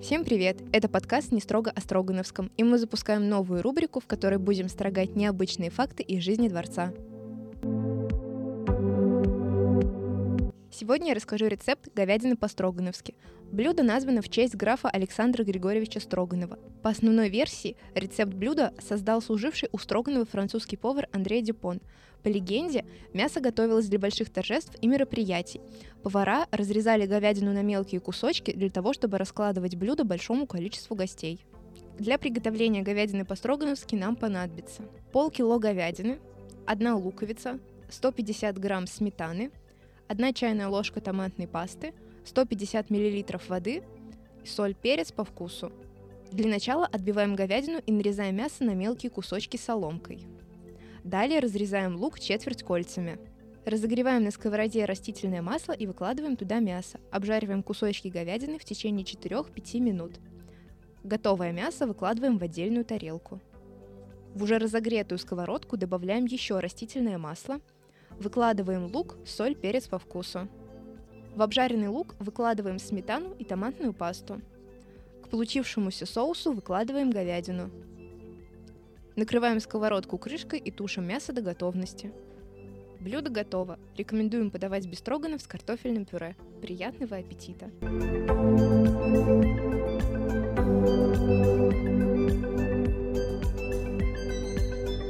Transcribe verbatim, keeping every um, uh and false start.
Всем привет! Это подкаст «Не строго о Строгановском», и мы запускаем новую рубрику, в которой будем строгать необычные факты из жизни дворца. Сегодня я расскажу рецепт говядины по-строгановски. Блюдо названо в честь графа Александра Григорьевича Строганова. По основной версии, рецепт блюда создал служивший у Строганова французский повар Андрей Дюпон. По легенде, мясо готовилось для больших торжеств и мероприятий. Повара разрезали говядину на мелкие кусочки для того, чтобы раскладывать блюдо большому количеству гостей. Для приготовления говядины по-строгановски нам понадобится полкило говядины, одна луковица, сто пятьдесят грамм сметаны, одна чайная ложка томатной пасты, сто пятьдесят миллилитров воды, соль, перец по вкусу. Для начала отбиваем говядину и нарезаем мясо на мелкие кусочки соломкой. Далее разрезаем лук четверть кольцами. Разогреваем на сковороде растительное масло и выкладываем туда мясо. Обжариваем кусочки говядины в течение четыре-пять минут. Готовое мясо выкладываем в отдельную тарелку. В уже разогретую сковородку добавляем еще растительное масло. Выкладываем лук, соль, перец по вкусу. В обжаренный лук выкладываем сметану и томатную пасту. К получившемуся соусу выкладываем говядину. Накрываем сковородку крышкой и тушим мясо до готовности. Блюдо готово. Рекомендуем подавать бестроганов с картофельным пюре. Приятного аппетита!